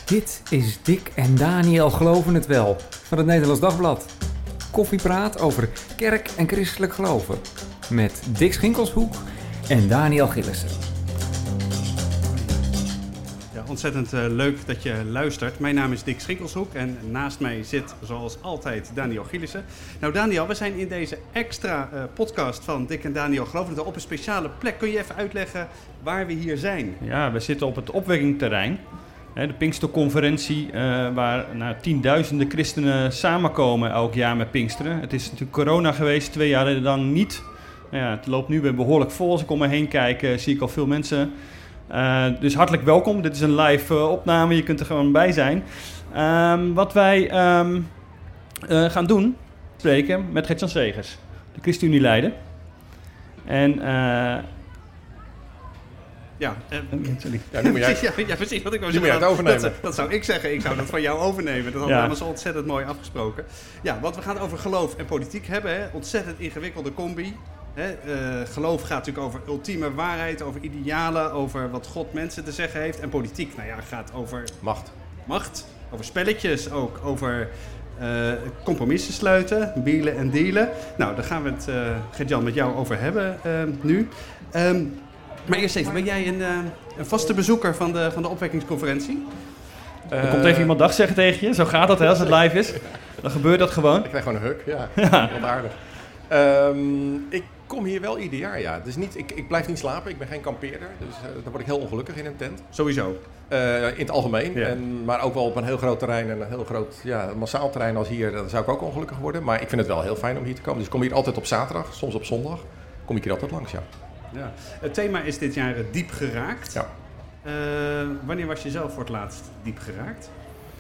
Dit is Dick en Daniel Geloven het Wel van het Nederlands Dagblad. Koffiepraat over kerk en christelijk geloven. Met Dick Schinkelshoek en Daniel Gillissen. Ja, ontzettend leuk dat je luistert. Mijn naam is Dick Schinkelshoek en naast mij zit zoals altijd Daniel Gillissen. Nou Daniel, we zijn in deze extra podcast van Dick en Daniel Geloven het Wel op een speciale plek. Kun je even uitleggen waar we hier zijn? Ja, we zitten op het opwekkingterrein. De Pinksterconferentie, waar tienduizenden christenen samenkomen elk jaar met Pinksteren. Het is natuurlijk corona geweest, 2 jaar lang niet. Het loopt nu weer behoorlijk vol. Als ik om me heen kijk, zie ik al veel mensen. Dus hartelijk welkom. Dit is een live opname, je kunt er gewoon bij zijn. Wat wij gaan doen, spreken met Gert-Jan Segers, de ChristenUnie-leider. En... Sorry. Ja, nu moet jij, ja, precies wat ik wou nu moet jij het overnemen. Dat zou ik zeggen. Ik zou dat van jou overnemen. Dat hadden we allemaal zo ontzettend mooi afgesproken. Ja, want we gaan over geloof en politiek hebben. Hè. Ontzettend ingewikkelde combi. Hè. Geloof gaat natuurlijk over ultieme waarheid, over idealen, over wat God mensen te zeggen heeft. En politiek, gaat over macht, over spelletjes ook, over compromissen sluiten, bielen en dealen. Nou, daar gaan we het, Gert-Jan, met jou over hebben nu. Maar eerst even, ben jij een vaste bezoeker van de opwekkingsconferentie? Er komt even iemand dag zeggen tegen je. Zo gaat dat, hè, als het live is. Dan gebeurt dat gewoon. Ik krijg gewoon een huk, ja. Wat aardig. Ik kom hier wel ieder jaar, ja. Dus ik blijf niet slapen, ik ben geen kampeerder. Dus daar word ik heel ongelukkig in een tent. Sowieso? In het algemeen, ja. Maar ook wel op een heel groot terrein en een heel groot massaal terrein als hier. Dan zou ik ook ongelukkig worden. Maar ik vind het wel heel fijn om hier te komen. Dus ik kom hier altijd op zaterdag, soms op zondag. Kom ik hier altijd langs, ja. Ja. Het thema is dit jaar diep geraakt. Ja. Wanneer was je zelf voor het laatst diep geraakt?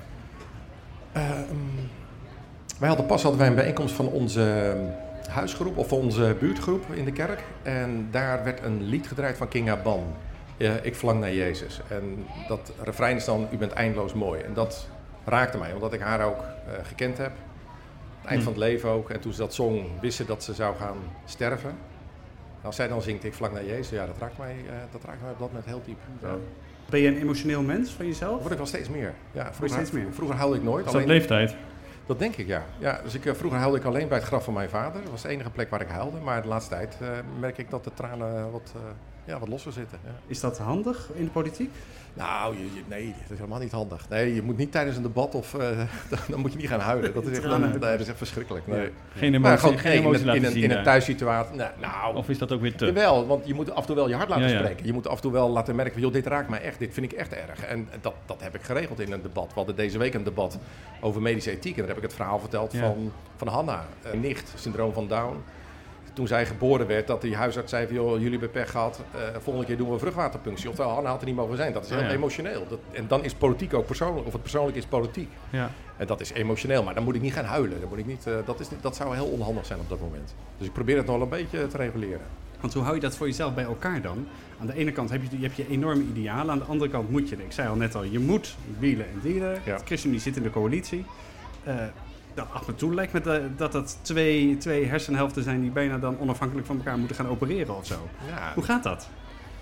Hadden wij een bijeenkomst van onze huisgroep of van onze buurtgroep in de kerk. En daar werd een lied gedraaid van King Aban. Ik verlang naar Jezus. En dat refrein is dan, u bent eindeloos mooi. En dat raakte mij, omdat ik haar ook gekend heb. Het eind van het leven ook. En toen ze dat zong, wist ze dat ze zou gaan sterven. Als zij dan zingt, ik verlang naar Jezus, ja, dat raakt mij op dat moment heel diep. Ja. Ben je een emotioneel mens van jezelf? Dat word ik wel steeds meer. Ja, vroeger huilde ik nooit. Dat is op leeftijd. Dat denk ik, ja. Dus vroeger huilde ik alleen bij het graf van mijn vader. Dat was de enige plek waar ik huilde. Maar de laatste tijd merk ik dat de tranen wat losser zitten. Ja. Is dat handig in de politiek? Nou, nee, dat is helemaal niet handig. Nee, je moet niet tijdens een debat dan moet je niet gaan huilen. Dat is echt verschrikkelijk. Nee. Geen emotie, geen emotie laten zien. In een thuissituatie. Of is dat ook weer te? Jawel, want je moet af en toe wel je hart laten spreken. Je moet af en toe wel laten merken van, joh, dit raakt mij echt. Dit vind ik echt erg. En dat heb ik geregeld in een debat. We hadden deze week een debat over medische ethiek. En daar heb ik het verhaal verteld van Hanna. Een nicht, syndroom van Down. Toen zij geboren werd, dat die huisarts zei van, joh, jullie hebben pech gehad, volgende keer doen we een vruchtwaterpunctie. Oftewel, Hanna had er niet mogen zijn. Dat is heel emotioneel. En dan is politiek ook persoonlijk, of het persoonlijk is politiek. Ja. En dat is emotioneel, maar dan moet ik niet gaan huilen. Dan moet ik niet, dat zou heel onhandig zijn op dat moment. Dus ik probeer het nog wel een beetje te reguleren. Want hoe hou je dat voor jezelf bij elkaar dan? Aan de ene kant heb je enorme idealen, aan de andere kant moet je, ik zei al net al, je moet wielen en dealen. Ja. ChristenUnie zit in de coalitie. Af en toe lijkt me dat twee hersenhelften zijn die bijna dan onafhankelijk van elkaar moeten gaan opereren of zo. Ja. Hoe gaat dat?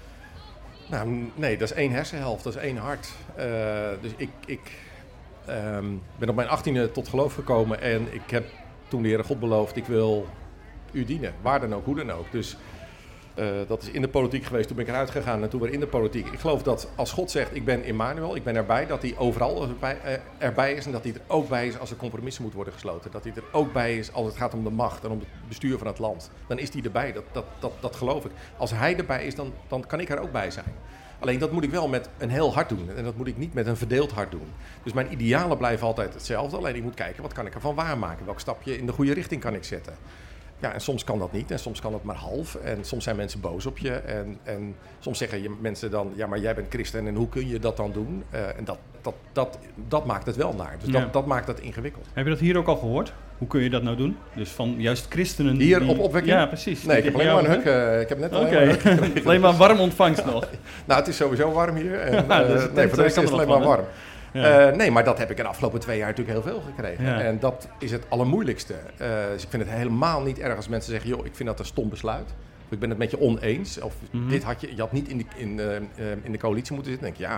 Nou, nee, dat is 1 hersenhelft, dat is 1 hart. Dus ik ben op mijn 18e tot geloof gekomen en ik heb toen de Heere God beloofd, ik wil u dienen, waar dan ook, hoe dan ook. Dus dat is in de politiek geweest, toen ben ik eruit gegaan en toen weer in de politiek. Ik geloof dat als God zegt, ik ben Immanuel, ik ben erbij, dat hij overal erbij is en dat hij er ook bij is als er compromissen moet worden gesloten. Dat hij er ook bij is als het gaat om de macht en om het bestuur van het land. Dan is hij erbij, dat geloof ik. Als hij erbij is, dan kan ik er ook bij zijn. Alleen dat moet ik wel met een heel hart doen en dat moet ik niet met een verdeeld hart doen. Dus mijn idealen blijven altijd hetzelfde, alleen ik moet kijken, wat kan ik ervan waarmaken? Welk stapje in de goede richting kan ik zetten? Ja, en soms kan dat niet en soms kan het maar half. En soms zijn mensen boos op je. En soms zeggen mensen dan, ja, maar jij bent christen en hoe kun je dat dan doen? En dat maakt het wel naar. Dus dat maakt het ingewikkeld. Heb je dat hier ook al gehoord? Hoe kun je dat nou doen? Dus van juist christenen... Hier op opwekking? Ja, precies. Nee, ik heb alleen maar een huk. Ik heb net alleen maar een huk. Alleen maar warm ontvangst nog. Nou, het is sowieso warm hier. En, voor de rest is het alleen maar warm. Ja. Nee, maar dat heb ik de afgelopen 2 jaar natuurlijk heel veel gekregen. Ja. En dat is het allermoeilijkste. Dus ik vind het helemaal niet erg als mensen zeggen, joh, ik vind dat een stom besluit. Of ik ben het met je oneens. Of dit je had niet in de coalitie moeten zitten. Dan denk ik, ja,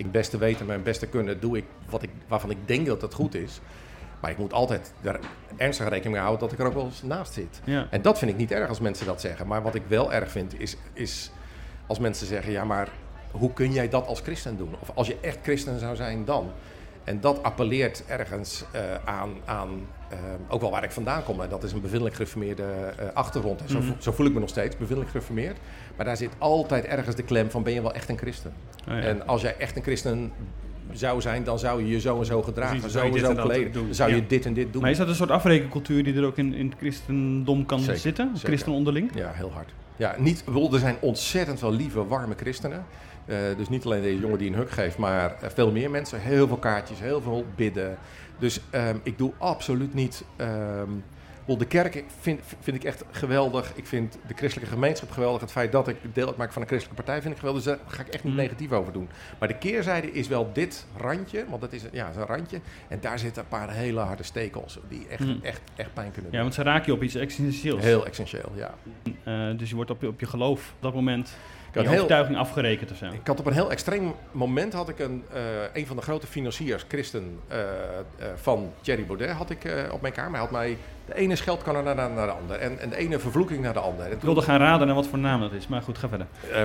ik beste weten, mijn beste kunnen, doe ik waarvan ik denk dat het goed is. Maar ik moet altijd er ernstig rekening mee houden dat ik er ook wel eens naast zit. Ja. En dat vind ik niet erg als mensen dat zeggen. Maar wat ik wel erg vind is als mensen zeggen, ja, maar hoe kun jij dat als christen doen? Of als je echt christen zou zijn dan? En dat appelleert ergens aan ook wel waar ik vandaan kom. En dat is een bevindelijk gereformeerde achtergrond. En zo voel ik me nog steeds, bevindelijk gereformeerd. Maar daar zit altijd ergens de klem van, ben je wel echt een christen? Oh ja. En als jij echt een christen zou zijn, dan zou je je zo en zo gedragen. Precies, zo en zo kleden. Dan zou je dit en dit doen. Maar is dat een soort afrekencultuur die er ook in het christendom kan zitten? Zeker. Christen onderling? Ja, heel hard. Ja, er zijn ontzettend veel lieve, warme christenen. Dus niet alleen deze jongen die een hug geeft, maar veel meer mensen. Heel veel kaartjes, heel veel bidden. Dus ik doe absoluut niet... de kerk vind ik echt geweldig. Ik vind de christelijke gemeenschap geweldig. Het feit dat ik deel uitmaak van een christelijke partij vind ik geweldig. Dus daar ga ik echt niet negatief over doen. Maar de keerzijde is wel dit randje. Want dat is een randje. En daar zitten een paar hele harde stekels. Die echt pijn kunnen doen. Ja, want ze raken je op iets essentieels. Heel essentieel, ja. Dus je wordt op je geloof op dat moment... Je overtuiging afgerekend of zo. Ik had op een heel extreem moment had ik een van de grote financiers, christen van Thierry Baudet, had ik op mijn kamer. Hij had mij de ene scheldkanner naar de andere en de ene vervloeking naar de andere. Ik wilde gaan raden naar wat voor naam dat is, maar goed, ga verder.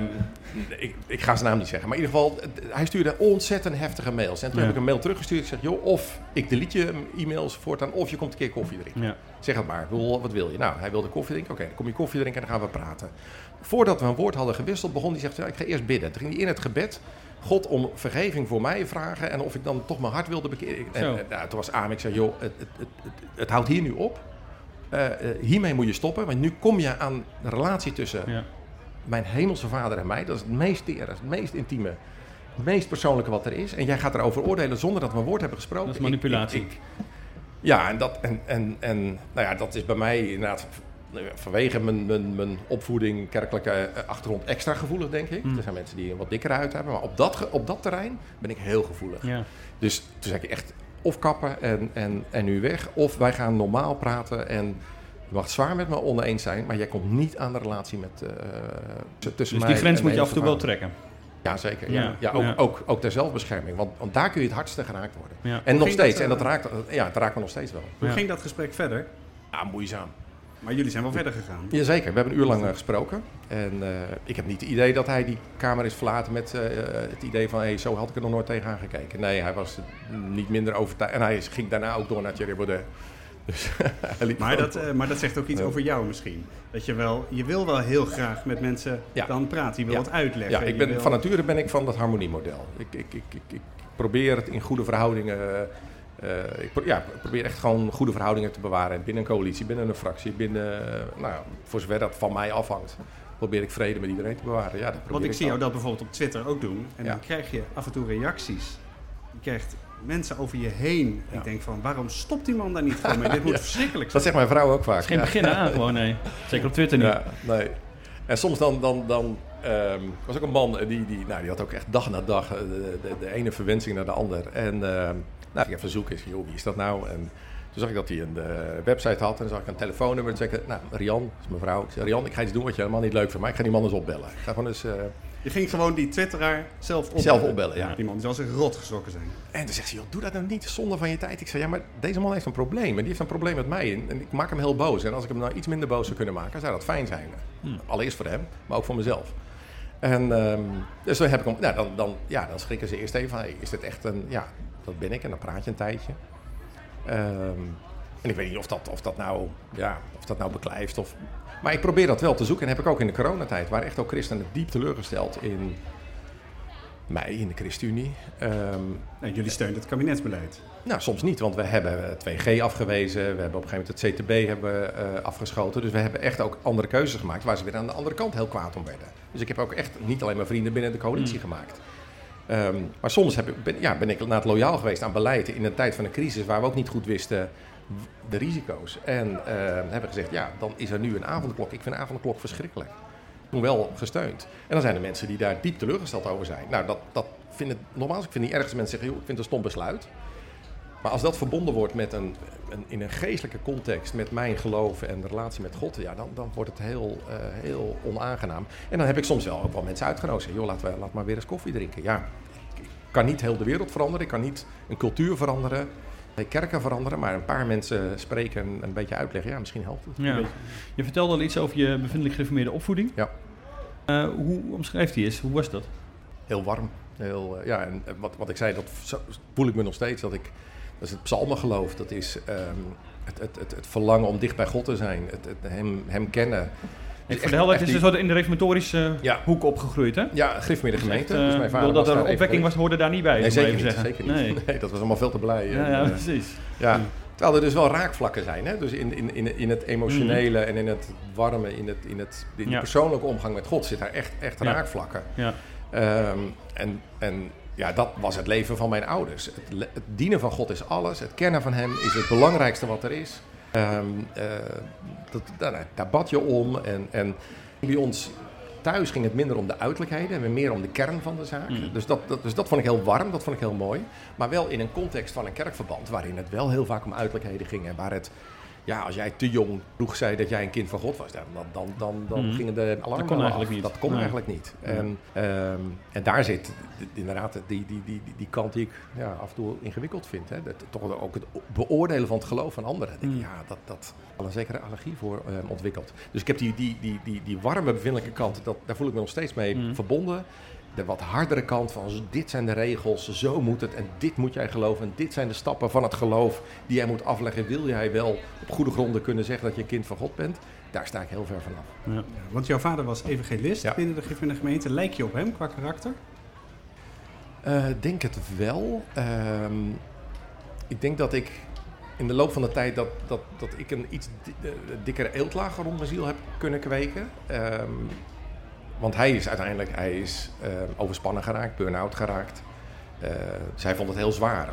Ik ga zijn naam niet zeggen, maar in ieder geval, hij stuurde ontzettend heftige mails. En toen heb ik een mail teruggestuurd. Ik zeg, joh, of ik delete je e-mails voortaan, of je komt een keer koffie drinken. Ja. Zeg het maar, wat wil je? Nou, hij wilde koffie drinken. Oké, dan kom je koffie drinken en dan gaan we praten. Voordat we een woord hadden gewisseld, begon hij zegt, ik ga eerst bidden. Toen ging hij in het gebed God om vergeving voor mij vragen en of ik dan toch mijn hart wilde bekeren. En toen was Amen, ik zei, joh, het houdt hier nu op. Hiermee moet je stoppen, want nu kom je aan een relatie tussen mijn hemelse vader en mij. Dat is het meest tere, het meest intieme, het meest persoonlijke wat er is. En jij gaat erover oordelen zonder dat we een woord hebben gesproken. Dat is manipulatie. Dat is bij mij inderdaad... Vanwege mijn opvoeding, kerkelijke achtergrond extra gevoelig, denk ik. Er zijn mensen die een wat dikkere huid hebben. Maar op dat terrein ben ik heel gevoelig. Ja. Dus toen zei ik echt of kappen en nu weg. Of wij gaan normaal praten en je mag het zwaar met me oneens zijn. Maar jij komt niet aan de relatie tussen mij die grens en moet je af en toe wel trekken. Ja, zeker. Ja, ook ter zelfbescherming. Want daar kun je het hardste geraakt worden. Ja. En nog nog steeds. En het raakt me nog steeds wel. Hoe ging dat gesprek verder? Ja, moeizaam. Maar jullie zijn wel verder gegaan. Jazeker, we hebben een uur lang gesproken. En ik heb niet het idee dat hij die kamer is verlaten met het idee van... zo had ik er nog nooit tegenaan gekeken. Nee, hij was niet minder overtuigd. En hij ging daarna ook door naar Thierry Baudet. Dus, maar dat zegt ook iets over jou misschien. Dat je wil wel heel graag met mensen dan praten. Je wil het uitleggen. Ja, van nature ben ik van dat harmoniemodel. Ik probeer het in goede verhoudingen... Ik probeer echt gewoon goede verhoudingen te bewaren binnen een coalitie, binnen een fractie, voor zover dat van mij afhangt, probeer ik vrede met iedereen te bewaren. Ja, want ik zie jou dat bijvoorbeeld op Twitter ook doen en dan krijg je af en toe reacties. Je krijgt mensen over je heen. Ja. Ik denk van, waarom stopt die man daar niet gewoon mee? Dit moet verschrikkelijk zijn. Dat zegt mijn vrouw ook vaak. Het is geen begin aan gewoon, nee. Zeker op Twitter niet. Ja, nee. En soms dan was ook een man die had ook echt dag na dag de ene verwensing naar de ander. En ik even zoeken, joh, wie is dat nou? En toen zag ik dat hij een website had en dan zag ik een telefoonnummer. En toen zei ik, Rian, dat is mijn vrouw. Ik zei, Rian, ik ga iets doen wat je helemaal niet leuk vindt, maar ik ga die man eens opbellen. Ik ga gewoon eens... Je ging gewoon die twitteraar zelf opbellen? Zelf opbellen, ja. Die man zal zich rot geschrokken zijn. En toen zegt ze, joh, doe dat nou niet, zonde van je tijd. Ik zei, ja, maar deze man heeft een probleem. En die heeft een probleem met mij. En ik maak hem heel boos. En als ik hem nou iets minder boos zou kunnen maken, zou dat fijn zijn. Allereerst voor hem, maar ook voor mezelf. En dus dan heb ik hem... dan schrikken ze eerst even van, is dit echt een... Ja, dat ben ik. En dan praat je een tijdje. En ik weet niet of dat nou beklijft. Maar ik probeer dat wel te zoeken. En heb ik ook in de coronatijd, waar echt ook christenen diep teleurgesteld in mij, in de ChristenUnie. En jullie steunen het kabinetsbeleid? Nou, soms niet, want we hebben 2G afgewezen. We hebben op een gegeven moment het CTB afgeschoten. Dus we hebben echt ook andere keuzes gemaakt, waar ze weer aan de andere kant heel kwaad om werden. Dus ik heb ook echt niet alleen maar vrienden binnen de coalitie gemaakt. Maar soms ben ik inderdaad loyaal geweest aan beleid in een tijd van een crisis waar we ook niet goed wisten de risico's. En hebben gezegd, dan is er nu een avondklok. Ik vind een avondklok verschrikkelijk. Toen wel gesteund. En dan zijn er mensen die daar diep teleurgesteld over zijn. Nou, dat vind ik nogmaals, ik vind niet erg als mensen zeggen, joh, ik vind het een stom besluit. Maar als dat verbonden wordt met in een geestelijke context met mijn geloof en de relatie met God, dan wordt het heel onaangenaam. En dan heb ik soms wel ook wel mensen uitgenodigd. Joh, laat maar weer eens koffie drinken. Ja, ik kan niet heel de wereld veranderen. Ik kan niet een cultuur veranderen. Kerken veranderen, maar een paar mensen spreken en een beetje uitleggen. Ja, misschien helpt het. Ja. Je vertelde al iets over je bevindelijk gereformeerde opvoeding. Ja. Hoe omschrijft hij eens? Hoe was dat? Heel warm. En wat ik zei, dat voel ik me nog steeds. Dat is het psalmengeloof. Dat is het verlangen om dicht bij God te zijn. Hem kennen. Dus voor de helderheid is dus in de reformatorische hoek opgegroeid, hè? Ja, gereformeerde gemeente. Dus mijn vader dat er een opwekking was, hoorde daar niet bij. Nee, zeker niet. Nee, dat was allemaal veel te blij. Ja, precies. Ja. Terwijl er dus wel raakvlakken zijn. Hè? Dus in het emotionele en in het warme, in de persoonlijke omgang met God zit daar echt raakvlakken. Ja. Dat was het leven van mijn ouders. Het dienen van God is alles. Het kennen van hem is het belangrijkste wat er is. Daar bad je om. En bij ons thuis ging het minder om de uiterlijkheden en meer om de kern van de zaak. Dus dat vond ik heel warm, dat vond ik heel mooi. Maar wel in een context van een kerkverband waarin het wel heel vaak om uiterlijkheden ging. En waar het, als jij te jong vroeg zei dat jij een kind van God was, dan gingen de alarmbellen af. Dat kon eigenlijk niet. En daar zit inderdaad die kant die ik af en toe ingewikkeld vind. Hè. Toch ook het beoordelen van het geloof van anderen. Dat al een zekere allergie voor ontwikkeld. Dus ik heb die warme bevindelijke kant, daar voel ik me nog steeds mee verbonden. De wat hardere kant van dit zijn de regels, zo moet het en dit moet jij geloven. En dit zijn de stappen van het geloof die jij moet afleggen. Wil jij wel op goede gronden kunnen zeggen dat je een kind van God bent? Daar sta ik heel ver vanaf. Ja, want jouw vader was evangelist binnen de gereformeerde gemeente. Lijk je op hem qua karakter? Denk het wel. Ik denk dat ik in de loop van de tijd dat ik een iets dikkere eeltlaag rond mijn ziel heb kunnen kweken. Want hij is uiteindelijk overspannen geraakt, burn-out geraakt. Zij vond het heel zwaar,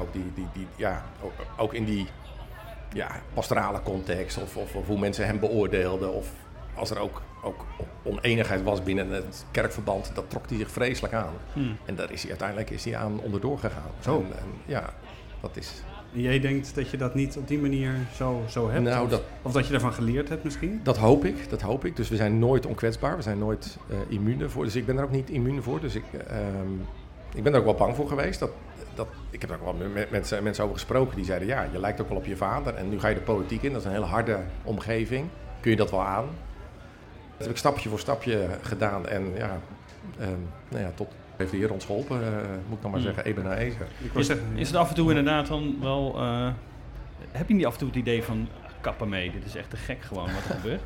ook in die pastorale context of hoe mensen hem beoordeelden. Of als er ook oneenigheid was binnen het kerkverband, dat trok hij zich vreselijk aan. En daar is hij uiteindelijk aan onderdoor gegaan. Zo. Dat is... En jij denkt dat je dat niet op die manier zo hebt? Nou, of dat je daarvan geleerd hebt misschien? Dat hoop ik. Dus we zijn nooit onkwetsbaar. We zijn nooit immuun ervoor. Dus ik ben er ook niet immuun voor. Dus ik ben er ook wel bang voor geweest. Ik heb er ook wel met mensen over gesproken die zeiden... je lijkt ook wel op je vader en nu ga je de politiek in. Dat is een hele harde omgeving. Kun je dat wel aan? Dat heb ik stapje voor stapje gedaan. En tot... heeft de Heer ons geholpen, moet ik dan maar zeggen, Eben Ezer. Is het af en toe inderdaad dan wel... heb je niet af en toe het idee van, kappen mee, dit is echt te gek gewoon wat er gebeurt?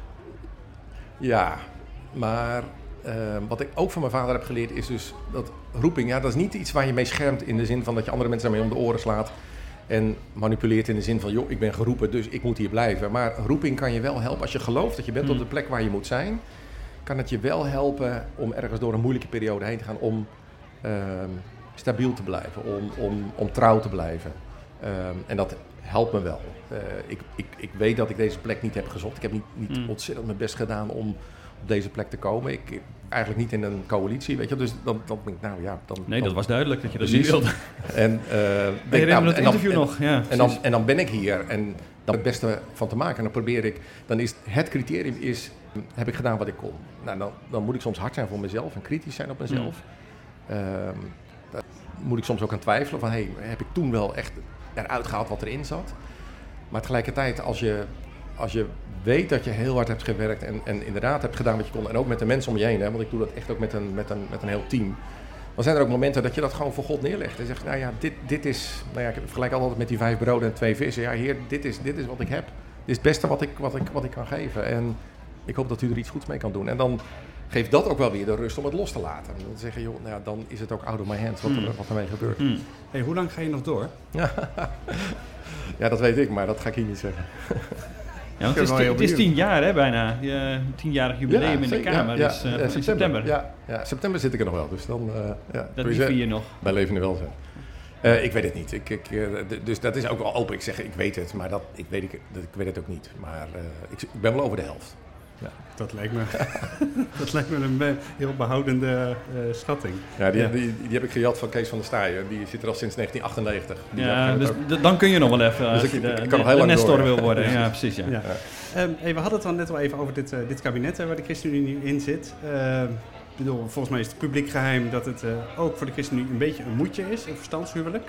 Ja, maar wat ik ook van mijn vader heb geleerd is dus dat roeping, dat is niet iets waar je mee schermt in de zin van dat je andere mensen daarmee om de oren slaat en manipuleert in de zin van, ik ben geroepen, dus ik moet hier blijven. Maar roeping kan je wel helpen als je gelooft dat je bent op de plek waar je moet zijn. Kan het je wel helpen om ergens door een moeilijke periode heen te gaan om stabiel te blijven, om trouw te blijven. En dat helpt me wel. Ik weet dat ik deze plek niet heb gezocht. Ik heb niet ontzettend mijn best gedaan om op deze plek te komen. Ik eigenlijk niet in een coalitie, weet je. Dus dan denk ik, dat was duidelijk dat je dat niet wilde. En het interview nog. Ja, en dan ben ik hier en dan het beste van te maken. En dan probeer ik, dan is het criterium heb ik gedaan wat ik kon. Nou, dan moet ik soms hard zijn voor mezelf en kritisch zijn op mezelf. Daar moet ik soms ook aan twijfelen van, heb ik toen wel echt eruit gehaald wat erin zat? Maar tegelijkertijd, als je weet dat je heel hard hebt gewerkt en inderdaad hebt gedaan wat je kon, en ook met de mensen om je heen, want ik doe dat echt ook met een heel team, dan zijn er ook momenten dat je dat gewoon voor God neerlegt. En zegt, dit is, ik vergelijk altijd met die 5 broden en 2 vissen. Ja, Heer, dit is wat ik heb. Dit is het beste wat ik kan geven. En ik hoop dat u er iets goeds mee kan doen. En dan geeft dat ook wel weer de rust om het los te laten. En dan zeggen, dan is het ook out of my hands wat ermee gebeurt. Hey, hoe lang ga je nog door? Ja, dat weet ik, maar dat ga ik hier niet zeggen. Ja, het is 10 jaar, hè, bijna. 10-jarig jubileum in de Kamer. Ja, dus september. Ja, september zit ik er nog wel. Dus dan, dat vier je nog. Bij leven wel zijn. Ik weet het niet. Dus dat is ook wel open. Ik zeg, ik weet het, maar ik weet het ook niet. Maar ik ben wel over de helft. Ja. Dat lijkt me een heel behoudende schatting. Ja, die heb ik gejat van Kees van der Staaien. Die zit er al sinds 1998. Dus dan kun je nog wel even als je de Nestor wil worden. Ja, precies. Ja. We hadden het dan net al even over dit kabinet waar de ChristenUnie in zit. bedoel, volgens mij is het publiek geheim dat het ook voor de ChristenUnie een beetje een moedje is, een verstandshuwelijk.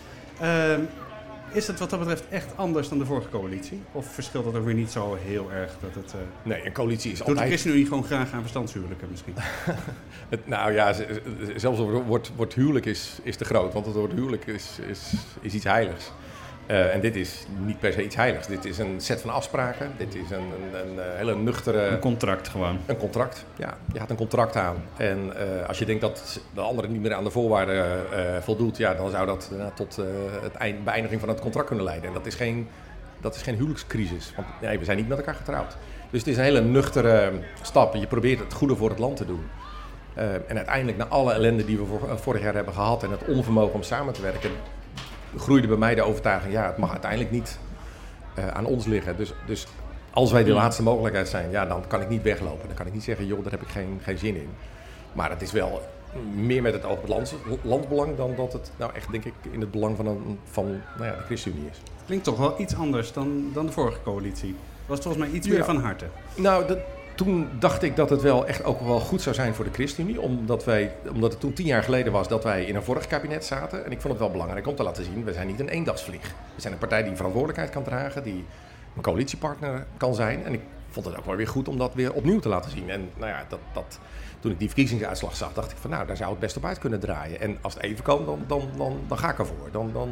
Is het wat dat betreft echt anders dan de vorige coalitie? Of verschilt dat ook weer niet zo heel erg? Dat het, nee, een coalitie is doet altijd... de ChristenUnie gewoon graag aan verstandshuwelijken misschien? Nou ja, zelfs het woord huwelijk is te groot. Want het woord huwelijk is iets heiligs. En dit is niet per se iets heiligs. Dit is een set van afspraken. Dit is een hele nuchtere... Een contract gewoon. Een contract, ja. Je gaat een contract aan. En als je denkt dat de andere niet meer aan de voorwaarden voldoet... ja, dan zou dat tot het beëindiging van het contract kunnen leiden. En dat is geen huwelijkscrisis. Want nee, we zijn niet met elkaar getrouwd. Dus het is een hele nuchtere stap. Je probeert het goede voor het land te doen. En uiteindelijk, na alle ellende die we vorig jaar hebben gehad... en het onvermogen om samen te werken... groeide bij mij de overtuiging, ja, het mag uiteindelijk niet aan ons liggen. Dus als wij de laatste mogelijkheid zijn, ja, dan kan ik niet weglopen. Dan kan ik niet zeggen, joh, daar heb ik geen zin in. Maar het is wel meer met het oog op het landbelang dan dat het nou echt, denk ik, in het belang van de ChristenUnie is. Klinkt toch wel iets anders dan de vorige coalitie. Was het volgens mij iets meer van harte. Nou, toen dacht ik dat het wel echt ook wel goed zou zijn voor de ChristenUnie. Omdat het toen 10 jaar geleden was dat wij in een vorig kabinet zaten. En ik vond het wel belangrijk om te laten zien, we zijn niet een eendagsvlieg. We zijn een partij die verantwoordelijkheid kan dragen, die een coalitiepartner kan zijn. En ik vond het ook wel weer goed om dat weer opnieuw te laten zien. En nou ja, toen ik die verkiezingsuitslag zag, dacht ik van nou, daar zou het best op uit kunnen draaien. En als het even kan, dan ga ik ervoor.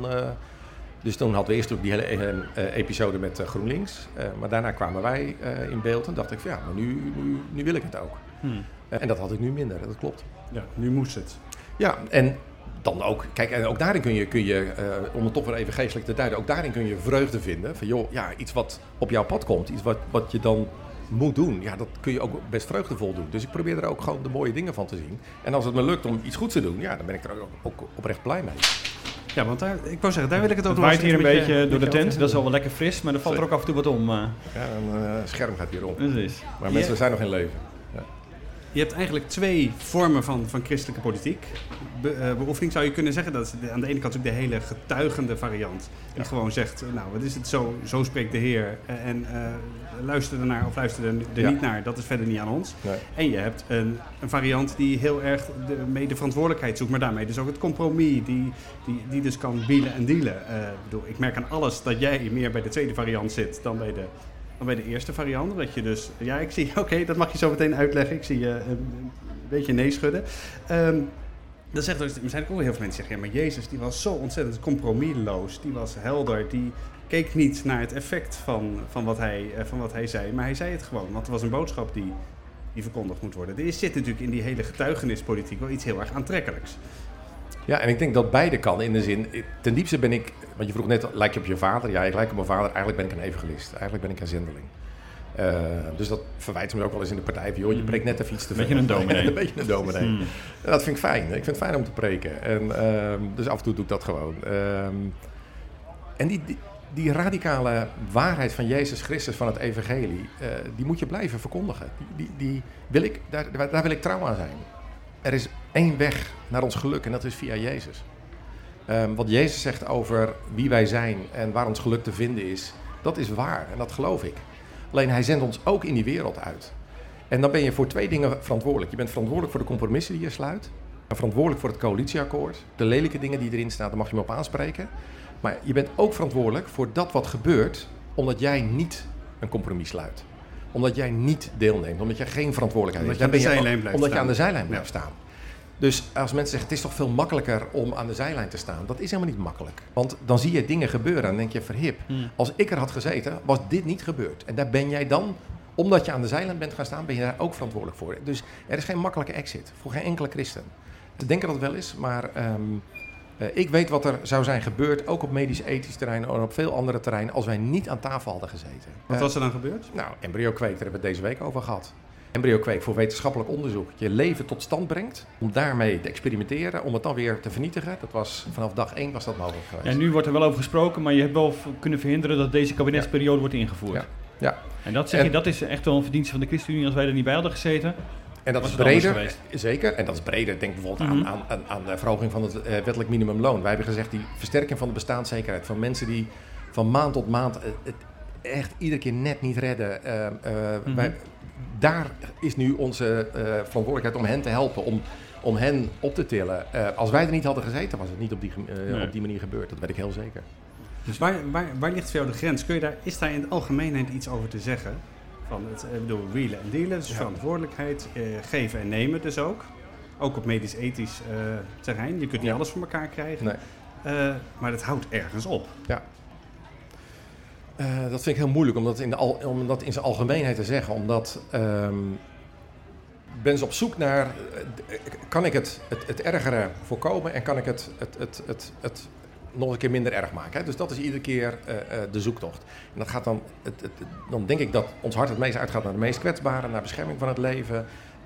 Dus toen hadden we eerst ook die hele episode met GroenLinks. Maar daarna kwamen wij in beeld en dacht ik van ja, maar nu wil ik het ook. En dat had ik nu minder, dat klopt. Ja, nu moest het. Ja, en dan ook, kijk, en ook daarin kun je om het toch weer even geestelijk te duiden, ook daarin kun je vreugde vinden. Van joh, ja, iets wat op jouw pad komt, iets wat je dan moet doen, ja, dat kun je ook best vreugdevol doen. Dus ik probeer er ook gewoon de mooie dingen van te zien. En als het me lukt om iets goeds te doen, ja, dan ben ik er ook oprecht blij mee. Ja, want ik wou zeggen, daar wil ik het ook nog waait hier een beetje door de tent, dat is al wel lekker fris, maar er valt er ook af en toe wat om. Ja, een scherm gaat hier om. Precies. Maar mensen zijn nog in leven. Ja. Je hebt eigenlijk 2 vormen van christelijke politiek. Beoefening zou je kunnen zeggen. Dat is aan de ene kant natuurlijk de hele getuigende variant. Die gewoon zegt, nou, wat is het, zo spreekt de Heer. En luister ernaar of luister er niet naar. Dat is verder niet aan ons. Nee. En je hebt een variant die heel erg de verantwoordelijkheid zoekt. Maar daarmee dus ook het compromis. Die dus kan bielen en dealen. Ik merk aan alles dat jij meer bij de tweede variant zit dan bij de eerste variant. Dat je dus, ja, ik zie, oké, dat mag je zo meteen uitleggen. Ik zie je een beetje nee schudden. Dan zegt er zijn ook wel heel veel mensen die zeggen, ja, maar Jezus die was zo ontzettend compromisloos. Die was helder. Die keek niet naar het effect van wat hij zei. Maar hij zei het gewoon, want er was een boodschap die verkondigd moet worden. Er zit natuurlijk in die hele getuigenispolitiek wel iets heel erg aantrekkelijks. Ja, en ik denk dat beide kan in de zin, ten diepste ben ik, want je vroeg net, lijk je op je vader? Ja, ik lijk op mijn vader. Eigenlijk ben ik een evangelist. Eigenlijk ben ik een zendeling. Dus dat verwijt me ook wel eens in de partij. Van, joh, je preekt net even iets te veel. Een beetje een dominee. Een beetje een dominee. En dat vind ik fijn. Ik vind het fijn om te preken. En, dus af en toe doe ik dat gewoon. En die radicale waarheid van Jezus Christus, van het evangelie, die moet je blijven verkondigen. Daar wil ik trouw aan zijn. Er is 1 weg naar ons geluk en dat is via Jezus. Wat Jezus zegt over wie wij zijn en waar ons geluk te vinden is, dat is waar en dat geloof ik. Alleen hij zendt ons ook in die wereld uit. En dan ben je voor 2 dingen verantwoordelijk. Je bent verantwoordelijk voor de compromissen die je sluit. En verantwoordelijk voor het coalitieakkoord. De lelijke dingen die erin staan, daar mag je me op aanspreken. Maar je bent ook verantwoordelijk voor dat wat gebeurt, omdat jij niet een compromis sluit. Omdat jij niet deelneemt, omdat jij geen verantwoordelijkheid hebt. Omdat je aan de zijlijn blijft staan. Dus als mensen zeggen, het is toch veel makkelijker om aan de zijlijn te staan. Dat is helemaal niet makkelijk. Want dan zie je dingen gebeuren en dan denk je, verhip. Als ik er had gezeten, was dit niet gebeurd. En daar ben jij dan, omdat je aan de zijlijn bent gaan staan, ben je daar ook verantwoordelijk voor. Dus er is geen makkelijke exit voor geen enkele christen. Ze denken dat het wel is, maar ik weet wat er zou zijn gebeurd, ook op medisch-ethisch terrein en op veel andere terreinen, als wij niet aan tafel hadden gezeten. Wat was er dan gebeurd? Nou, embryo-kweek, daar hebben we het deze week over gehad. Embryo-kweek voor wetenschappelijk onderzoek. Je leven tot stand brengt, om daarmee te experimenteren, om het dan weer te vernietigen. Dat was vanaf dag 1 was dat mogelijk geweest. En nu wordt er wel over gesproken, maar je hebt wel kunnen verhinderen dat deze kabinetsperiode wordt ingevoerd. Ja. En dat is echt wel een verdienste van de ChristenUnie als wij er niet bij hadden gezeten. En dat is breder, zeker. En dat is breder. Denk bijvoorbeeld aan de verhoging van het wettelijk minimumloon. Wij hebben gezegd, die versterking van de bestaanszekerheid van mensen die van maand tot maand het echt iedere keer net niet redden. daar is nu onze verantwoordelijkheid om hen te helpen, om hen op te tillen. Als wij er niet hadden gezeten, was het niet op die manier gebeurd. Dat weet ik heel zeker. Dus waar ligt voor jou de grens? Is daar in het algemeenheid iets over te zeggen? Van het, wheelen en dealen, dus verantwoordelijkheid, geven en nemen dus ook. Ook op medisch-ethisch terrein. Je kunt niet alles voor elkaar krijgen. Nee. Maar dat houdt ergens op. Ja. Dat vind ik heel moeilijk om dat in zijn algemeenheid te zeggen. Omdat ben ze op zoek naar, kan ik het ergere voorkomen en kan ik het nog een keer minder erg maken. Hè? Dus dat is iedere keer de zoektocht. En dat gaat dan denk ik dat ons hart het meest uitgaat naar de meest kwetsbaren, naar bescherming van het leven,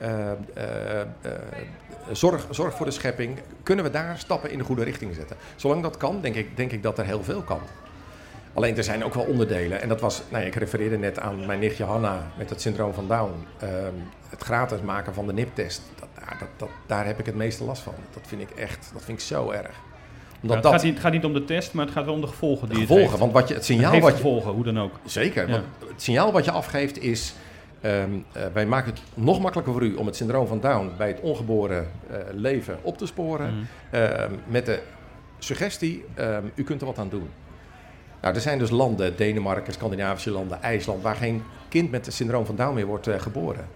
zorg voor de schepping. Kunnen we daar stappen in de goede richting zetten? Zolang dat kan, denk ik dat er heel veel kan. Alleen er zijn ook wel onderdelen. En dat was, ik refereerde net aan mijn nichtje Hanna met het syndroom van Down. Het gratis maken van de NIP-test, daar heb ik het meeste last van. Dat vind ik zo erg. Het gaat niet om de test, maar het gaat wel om de gevolgen die het heeft. Want het signaal gevolgen, hoe dan ook. Zeker, want het signaal wat je afgeeft is, wij maken het nog makkelijker voor u om het syndroom van Down bij het ongeboren leven op te sporen. Met de suggestie, u kunt er wat aan doen. Nou, er zijn dus landen, Denemarken, Scandinavische landen, IJsland, waar geen kind met het syndroom van Down meer wordt geboren.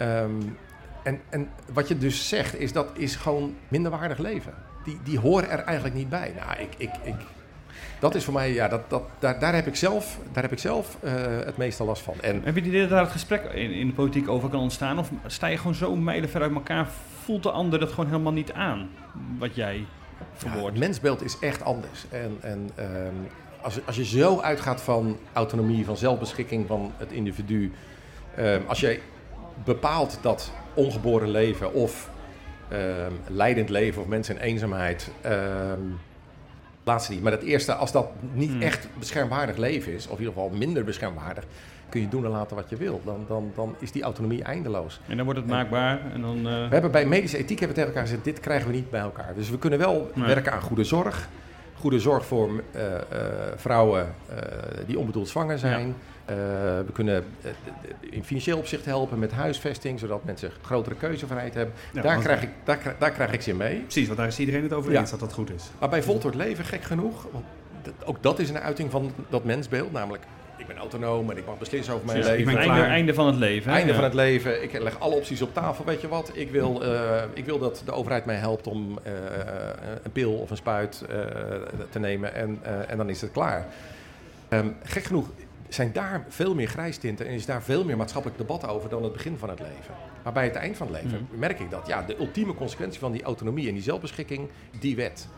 En wat je dus zegt, is dat is gewoon minderwaardig leven. Die horen er eigenlijk niet bij. Nou, dat is voor mij, daar heb ik zelf het meeste last van. En heb je het idee dat daar het gesprek in de politiek over kan ontstaan? Of sta je gewoon zo mijlenver uit elkaar, voelt de ander dat gewoon helemaal niet aan, wat jij verwoordt? Het mensbeeld is echt anders. Als je zo uitgaat van autonomie, van zelfbeschikking van het individu. Als jij bepaalt dat ongeboren leven of leidend leven of mensen in eenzaamheid, laatste niet. Maar het eerste, als dat niet echt beschermwaardig leven is, of in ieder geval minder beschermwaardig, kun je doen en laten wat je wil. Dan is die autonomie eindeloos. En dan wordt het maakbaar. En dan, We hebben bij medische ethiek tegen elkaar gezegd, dit krijgen we niet bij elkaar. Dus we kunnen wel werken aan goede zorg. Goede zorg voor vrouwen die onbedoeld zwanger zijn. Ja. We kunnen in financieel opzicht helpen met huisvesting, zodat mensen grotere keuzevrijheid hebben. Ja, daar krijg ik ze in mee. Precies, want daar is iedereen het over eens dat dat goed is. Maar bij voltooid leven, gek genoeg, want ook dat is een uiting van dat mensbeeld, namelijk ik ben autonoom en ik mag beslissen over mijn leven. Ik ben einde van het leven. Einde van het leven. Ik leg alle opties op tafel. Weet je wat? Ik wil dat de overheid mij helpt om een pil of een spuit te nemen en dan is het klaar. Gek genoeg zijn daar veel meer grijstinten en is daar veel meer maatschappelijk debat over dan het begin van het leven. Maar bij het eind van het leven merk ik dat de ultieme consequentie van die autonomie en die zelfbeschikking, die wet.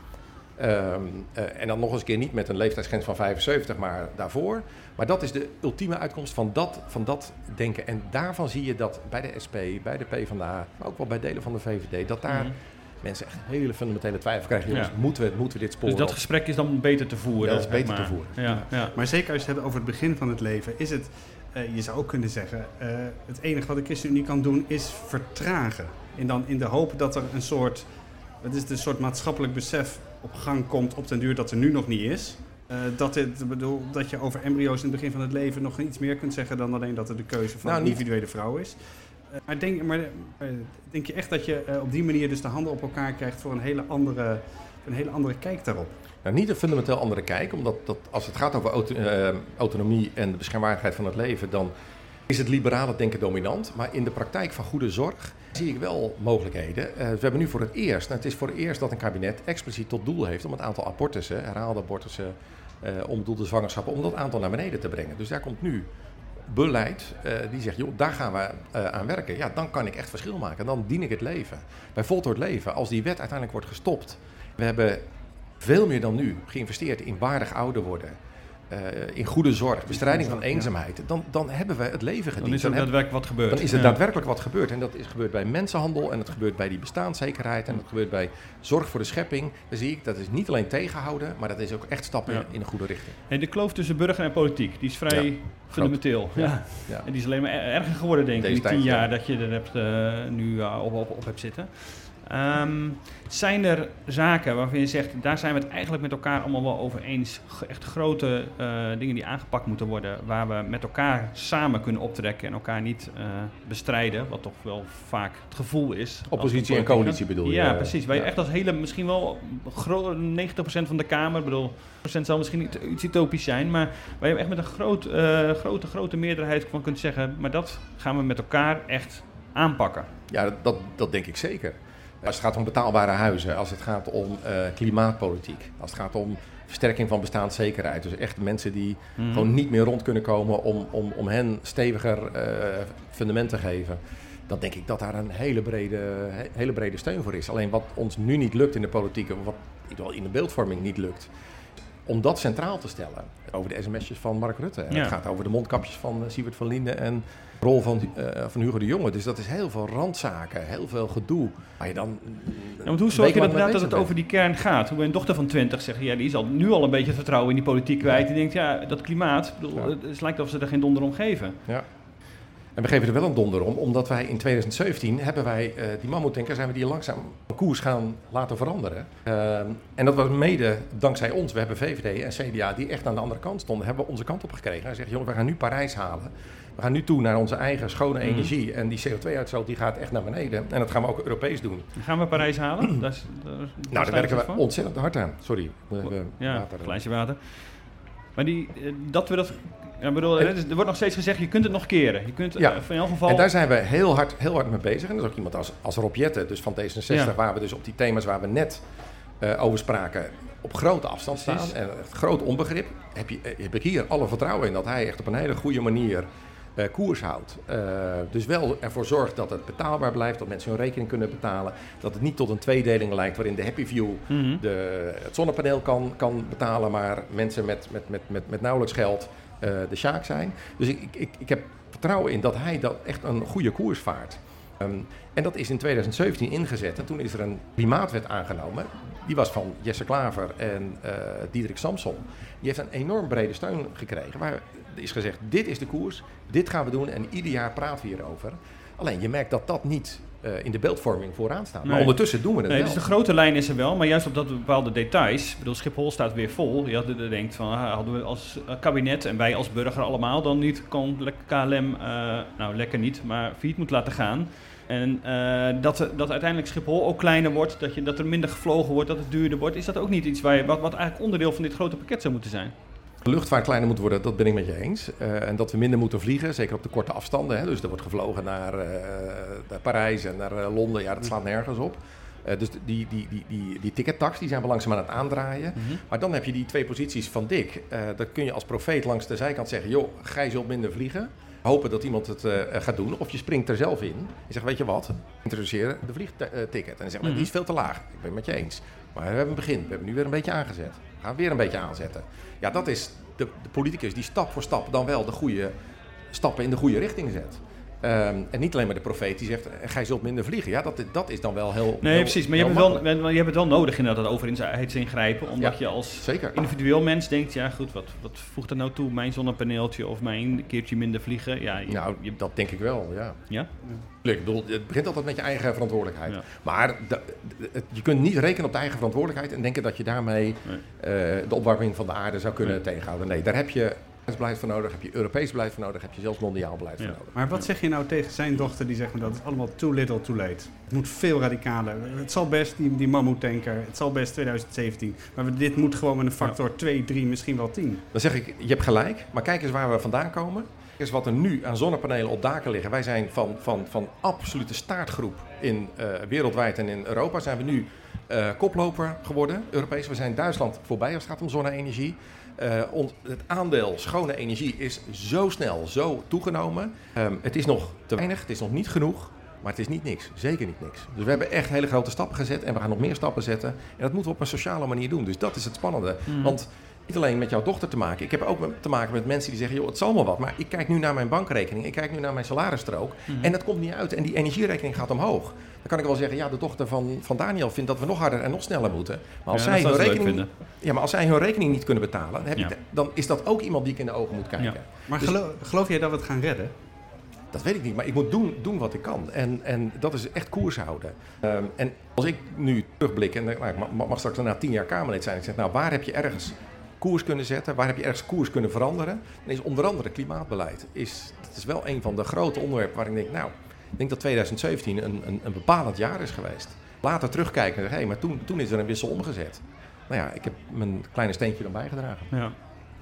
En dan nog eens een keer niet met een leeftijdsgrens van 75, maar daarvoor. Maar dat is de ultieme uitkomst van dat denken. En daarvan zie je dat bij de SP, bij de PvdA, maar ook wel bij delen van de VVD, dat daar mensen echt hele fundamentele twijfel krijgen. Jongens, moeten we dit sporen? Dus dat gesprek is dan beter te voeren? Dat is beter te voeren. Ja. Maar zeker als je het hebt over het begin van het leven, is het, je zou ook kunnen zeggen, het enige wat de ChristenUnie kan doen is vertragen. En dan in de hoop dat er een soort maatschappelijk besef op gang komt op den duur dat er nu nog niet is. Dat je over embryo's in het begin van het leven nog iets meer kunt zeggen dan alleen dat er de keuze van een individuele vrouw is. Maar denk je echt dat je op die manier dus de handen op elkaar krijgt voor een hele andere kijk daarop? Nou, niet een fundamenteel andere kijk, omdat als het gaat over autonomie en de beschermwaardigheid van het leven, dan is het liberale denken dominant. Maar in de praktijk van goede zorg zie ik wel mogelijkheden. We hebben nu voor het eerst, het is voor het eerst dat een kabinet expliciet tot doel heeft om het aantal abortussen, herhaalde abortussen, onbedoelde zwangerschappen, om dat aantal naar beneden te brengen. Dus daar komt nu beleid die zegt, joh, daar gaan we aan werken. Ja, dan kan ik echt verschil maken. Dan dien ik het leven. Bij voltooid leven, als die wet uiteindelijk wordt gestopt. We hebben veel meer dan nu geïnvesteerd in waardig ouder worden. In goede zorg, bestrijding van eenzaamheid, dan hebben we het leven gediend. Dan is er daadwerkelijk wat gebeurd. Dan is er daadwerkelijk wat gebeurd. En dat is gebeurd bij mensenhandel en dat gebeurt bij die bestaanszekerheid en dat gebeurt bij zorg voor de schepping. Dan zie ik, dat is niet alleen tegenhouden, maar dat is ook echt stappen in een goede richting. En de kloof tussen burger en politiek, die is vrij fundamenteel. Ja. En die is alleen maar erger geworden, denk ik, in die 10 jaar dat je er nu op hebt zitten. Zijn er zaken waarvan je zegt, daar zijn we het eigenlijk met elkaar allemaal wel over eens? Echt grote dingen die aangepakt moeten worden, waar we met elkaar samen kunnen optrekken en elkaar niet bestrijden, wat toch wel vaak het gevoel is. Oppositie en coalitie bedoel je? Ja, precies. Waar je echt als hele, misschien wel 90% van de Kamer, bedoel, procent zal misschien iets utopisch zijn, maar waar je echt met een grote meerderheid van kunt zeggen, maar dat gaan we met elkaar echt aanpakken. Ja, dat denk ik zeker. Als het gaat om betaalbare huizen, als het gaat om klimaatpolitiek, als het gaat om versterking van bestaanszekerheid. Dus echt mensen die gewoon niet meer rond kunnen komen om hen steviger fundament te geven. Dan denk ik dat daar een hele brede steun voor is. Alleen wat ons nu niet lukt in de politiek, wat in de beeldvorming niet lukt, om dat centraal te stellen. Over de sms'jes van Mark Rutte. Ja. Het gaat over de mondkapjes van Siewert van Linden en de rol van Hugo de Jonge. Dus dat is heel veel randzaken, heel veel gedoe. Maar je dan want hoe zorg je dat het over die kern gaat? Hoe een dochter van 20 zegt, ja, die is nu al een beetje het vertrouwen in die politiek kwijt. Die denkt, ja, dat klimaat, het lijkt of ze er geen donder om geven. Ja. En we geven er wel een donder om, omdat wij in 2017 hebben wij die mammoetanker zijn we die langzaam koers gaan laten veranderen. En dat was mede dankzij ons. We hebben VVD en CDA die echt aan de andere kant stonden, hebben we onze kant op gekregen. En zeggen, jongen, we gaan nu Parijs halen. We gaan nu toe naar onze eigen schone energie. En die CO2-uitstoot die gaat echt naar beneden. En dat gaan we ook Europees doen. Gaan we Parijs halen? Daar werken we ontzettend hard aan. Sorry. Een glaasje water. Maar er wordt nog steeds gezegd, je kunt het nog keren. Je kunt in elk geval... En daar zijn we heel hard mee bezig. En dat is ook iemand als Rob Jetten, dus van D66, waar we dus op die thema's waar we net over spraken, op grote afstand staan. En groot onbegrip. Heb ik hier alle vertrouwen in dat hij echt op een hele goede manier koers houdt. Dus wel ervoor zorgt dat het betaalbaar blijft, dat mensen hun rekening kunnen betalen. Dat het niet tot een tweedeling lijkt waarin de Happy View het zonnepaneel kan betalen, maar mensen met nauwelijks geld de sjaak zijn. Dus ik heb vertrouwen in dat hij dat echt een goede koers vaart. En dat is in 2017 ingezet. En toen is er een klimaatwet aangenomen. Die was van Jesse Klaver en Diederik Samson. Die heeft een enorm brede steun gekregen. Waar is gezegd, dit is de koers, dit gaan we doen en ieder jaar praten we hierover. Alleen je merkt dat dat niet in de beeldvorming vooraan staat. Maar ondertussen doen we het wel. Dus de grote lijn is er wel, maar juist op dat bepaalde details. Ik bedoel, Schiphol staat weer vol. Je denkt van, hadden we als kabinet en wij als burger allemaal dan niet KLM, lekker niet, maar failliet moet laten gaan. En dat uiteindelijk Schiphol ook kleiner wordt, dat er minder gevlogen wordt, dat het duurder wordt. Is dat ook niet iets wat eigenlijk onderdeel van dit grote pakket zou moeten zijn? De luchtvaart kleiner moet worden, dat ben ik met je eens. En dat we minder moeten vliegen, zeker op de korte afstanden. Hè. Dus er wordt gevlogen naar Parijs en naar Londen. Ja, dat slaat nergens op. Dus die tickettax die zijn we langzaam aan het aandraaien. Maar dan heb je die twee posities van Dick. Dan kun je als profeet langs de zijkant zeggen, joh, gij zult minder vliegen. Hopen dat iemand het gaat doen. Of je springt er zelf in. Je zegt, weet je wat, introduceer de vliegticket. En dan zeg je, die is veel te laag. Ik ben het met je eens. Maar we hebben een begin. We hebben nu weer een beetje aangezet. We gaan weer een beetje aanzetten. Ja, dat is de politicus die stap voor stap dan wel de goede stappen in de goede richting zet. En niet alleen maar de profeet die zegt, gij zult minder vliegen. Ja, dat is dan wel heel... Nee, precies. Maar je hebt het wel nodig inderdaad, dat overheidsingrijpen. Omdat je als individueel mens denkt, ja goed, wat voegt er nou toe? Mijn zonnepaneeltje of mijn keertje minder vliegen? Ja, dat denk ik wel, ja. Ja? Ik bedoel, het begint altijd met je eigen verantwoordelijkheid. Ja. Maar je kunt niet rekenen op de eigen verantwoordelijkheid en denken dat je daarmee de opwarming van de aarde zou kunnen tegenhouden. Nee, daar heb je beleid voor nodig, heb je Europees beleid voor nodig, heb je zelfs mondiaal beleid voor nodig. Maar wat zeg je nou tegen zijn dochter die zegt, dat is allemaal too little too late. Het moet veel radicaler. Het zal best die mammoetanker, het zal best 2017. Maar dit moet gewoon met een factor 2, 3, misschien wel 10. Dan zeg ik, je hebt gelijk, maar kijk eens waar we vandaan komen. Kijk eens wat er nu aan zonnepanelen op daken liggen. Wij zijn van absolute staartgroep wereldwijd en in Europa zijn we nu koploper geworden, Europees. We zijn Duitsland voorbij als het gaat om zonne-energie. Het aandeel schone energie is zo snel, zo toegenomen. Het is nog te weinig, het is nog niet genoeg, maar het is niet niks. Zeker niet niks. Dus we hebben echt hele grote stappen gezet en we gaan nog meer stappen zetten. En dat moeten we op een sociale manier doen. Dus dat is het spannende. Want niet alleen met jouw dochter te maken. Ik heb ook te maken met mensen die zeggen, joh, het zal maar wat. Maar ik kijk nu naar mijn bankrekening, ik kijk nu naar mijn salarisstrook. En dat komt niet uit. En die energierekening gaat omhoog. Dan kan ik wel zeggen, ja, de dochter van Daniel vindt dat we nog harder en nog sneller moeten. Maar als zij hun rekening niet kunnen betalen, dan is dat ook iemand die ik in de ogen moet kijken. Ja. Maar geloof jij dat we het gaan redden? Dat weet ik niet, maar ik moet doen wat ik kan. En dat is echt koers houden. En als ik nu terugblik, en ik mag straks na 10 jaar Kamerlid zijn, ik zeg, nou, waar heb je ergens koers kunnen zetten? Waar heb je ergens koers kunnen veranderen? Dan is onder andere klimaatbeleid. Dat is wel een van de grote onderwerpen waar ik denk, nou, ik denk dat 2017 een bepalend jaar is geweest. Later terugkijken en zeggen, maar toen is er een wissel omgezet. Nou ja, ik heb mijn kleine steentje dan bijgedragen. Ja.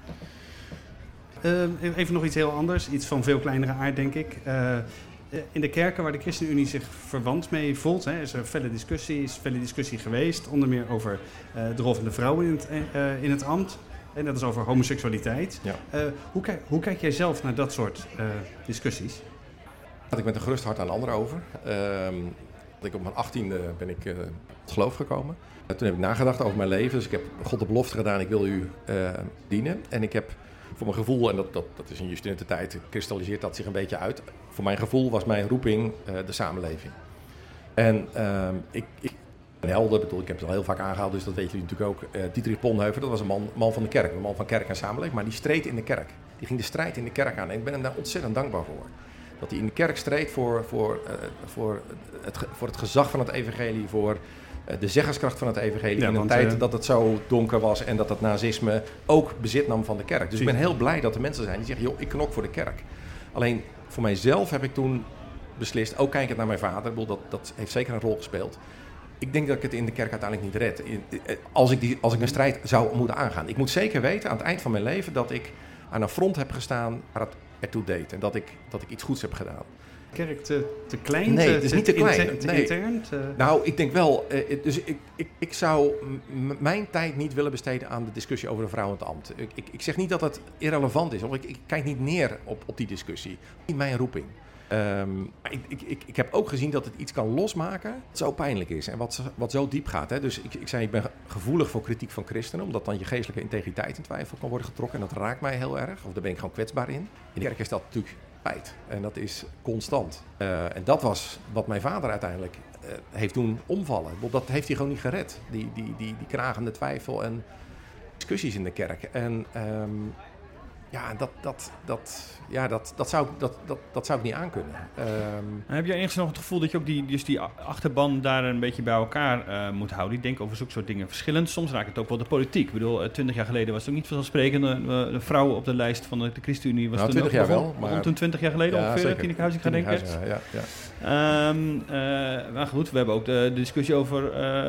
Even nog iets heel anders, iets van veel kleinere aard, denk ik. In de kerken waar de ChristenUnie zich verwant mee voelt, is er felle discussie geweest. Onder meer over de rol van de vrouw in het ambt. En dat is over homoseksualiteit. Ja. Hoe kijk jij zelf naar dat soort discussies? Ik met een gerust hart aan anderen over. Op mijn 18e ben ik tot geloof gekomen. Toen heb ik nagedacht over mijn leven. Dus ik heb God de belofte gedaan, ik wil u dienen. En ik heb voor mijn gevoel, en dat is in je studententijd, kristalliseert dat zich een beetje uit. Voor mijn gevoel was mijn roeping de samenleving. En ik ben helder, ik heb het al heel vaak aangehaald, dus dat weten jullie natuurlijk ook. Dietrich Bonhoeffer, dat was een man van de kerk, een man van kerk en samenleving, maar die streed in de kerk. Die ging de strijd in de kerk aan en ik ben hem daar ontzettend dankbaar voor. Dat hij in de kerk streed voor het gezag van het evangelie, voor de zeggerskracht van het evangelie. Ja, in een tijd dat het zo donker was en dat het nazisme ook bezit nam van de kerk. Dus ik ben heel blij dat er mensen zijn die zeggen, joh, ik knok voor de kerk. Alleen voor mijzelf heb ik toen beslist, ook kijkend naar mijn vader, dat heeft zeker een rol gespeeld. Ik denk dat ik het in de kerk uiteindelijk niet red. Als ik een strijd zou moeten aangaan. Ik moet zeker weten aan het eind van mijn leven dat ik aan een front heb gestaan waar het ertoe deed. En dat ik iets goeds heb gedaan. Kerk te klein? Nee, het is niet te klein. Te intern? Nou, ik denk wel. Dus ik zou mijn tijd niet willen besteden aan de discussie over de vrouw in het ambt. Ik zeg niet dat het irrelevant is. Of ik kijk niet neer op die discussie. Niet mijn roeping. Ik heb ook gezien dat het iets kan losmaken wat zo pijnlijk is en wat zo diep gaat. Hè. Dus ik zei, ik ben gevoelig voor kritiek van christenen, omdat dan je geestelijke integriteit in twijfel kan worden getrokken. En dat raakt mij heel erg, of daar ben ik gewoon kwetsbaar in. In de kerk is dat natuurlijk feit en dat is constant. En dat was wat mijn vader uiteindelijk heeft doen omvallen. Dat heeft hij gewoon niet gered, die knagende twijfel en discussies in de kerk. En dat zou ik niet aankunnen. Heb jij enigszins nog het gevoel dat je ook die achterban daar een beetje bij elkaar moet houden? Ik denk over zulke soort dingen verschillend. Soms raakt het ook wel de politiek. Ik bedoel, 20 jaar geleden was het ook niet vanzelfsprekend. De vrouw op de lijst van de ChristenUnie was toen 20 jaar wel. Maar toen 20 jaar geleden ongeveer, Tineke Huizing gaat denken. Maar goed, we hebben ook de discussie over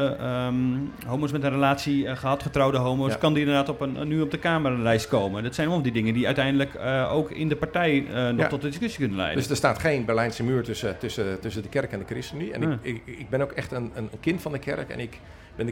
homo's met een relatie gehad, getrouwde homo's. Ja. Kan die inderdaad nu op de Kamerlijst komen? Dat zijn allemaal die dingen die uiteindelijk ook in de partij nog tot de discussie kunnen leiden. Dus er staat geen Berlijnse muur tussen de kerk en de ChristenUnie. En ik ben ook echt een kind van de kerk. En ik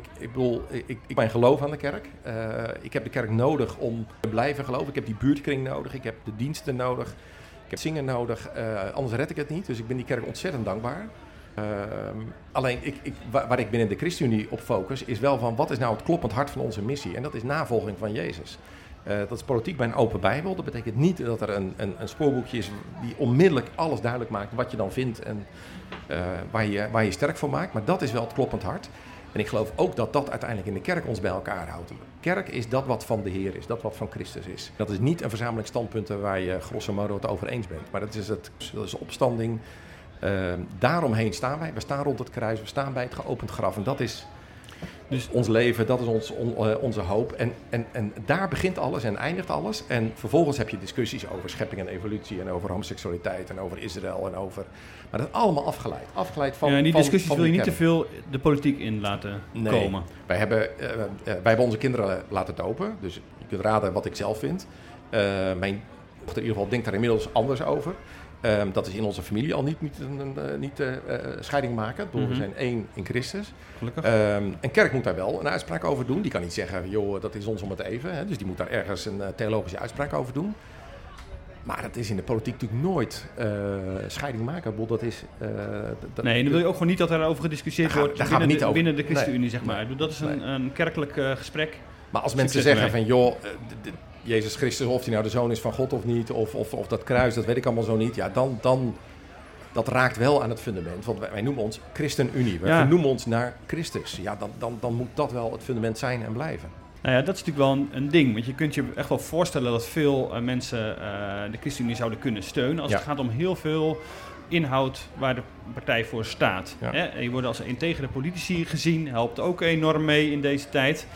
ben geloof aan de kerk. Ik heb de kerk nodig om te blijven geloven. Ik heb die buurtkring nodig. Ik heb de diensten nodig. Ik heb zingen nodig. Anders red ik het niet. Dus ik ben die kerk ontzettend dankbaar. Alleen waar ik binnen de ChristenUnie op focus is wel van wat is nou het kloppend hart van onze missie. En dat is navolging van Jezus. Dat is politiek bij een open Bijbel. Dat betekent niet dat er een spoorboekje is die onmiddellijk alles duidelijk maakt wat je dan vindt en waar je sterk voor maakt. Maar dat is wel het kloppend hart. En ik geloof ook dat dat uiteindelijk in de kerk ons bij elkaar houdt. Kerk is dat wat van de Heer is, dat wat van Christus is. Dat is niet een verzameling standpunten waar je grosso modo het over eens bent. Maar dat is opstanding. Daaromheen staan wij. We staan rond het kruis, we staan bij het geopend graf. En dat is dus ons leven, dat is onze hoop. En daar begint alles en eindigt alles. En vervolgens heb je discussies over schepping en evolutie en over homoseksualiteit en over Israël en over... Maar dat is allemaal afgeleid. Afgeleid van... Ja, en die discussies wil je niet te veel de politiek in laten komen. Wij hebben onze kinderen laten dopen. Dus je kunt raden wat ik zelf vind. Mijn dochter in ieder geval denkt daar inmiddels anders over. Dat is in onze familie al niet scheiding maken. We zijn één in Christus. Gelukkig. En kerk moet daar wel een uitspraak over doen. Die kan niet zeggen, joh, dat is ons om het even. Hè. Dus die moet daar ergens een theologische uitspraak over doen. Maar dat is in de politiek natuurlijk nooit scheiding maken. Dat is... nee, dan wil je ook gewoon niet dat er over gediscussieerd wordt binnen de ChristenUnie, zeg maar. Dat is een kerkelijk gesprek. Maar als mensen zeggen van, joh... Jezus Christus, of hij nou de zoon is van God of niet, of dat kruis, dat weet ik allemaal zo niet. Ja, dan dat raakt wel aan het fundament. Want wij noemen ons ChristenUnie. We noemen ons naar Christus. Ja, dan moet dat wel het fundament zijn en blijven. Nou ja, dat is natuurlijk wel een ding. Want je kunt je echt wel voorstellen dat veel mensen de ChristenUnie zouden kunnen steunen. Als het gaat om heel veel inhoud waar de partij voor staat. Ja. Hè? Je wordt als integere politici gezien. Helpt ook enorm mee in deze tijd.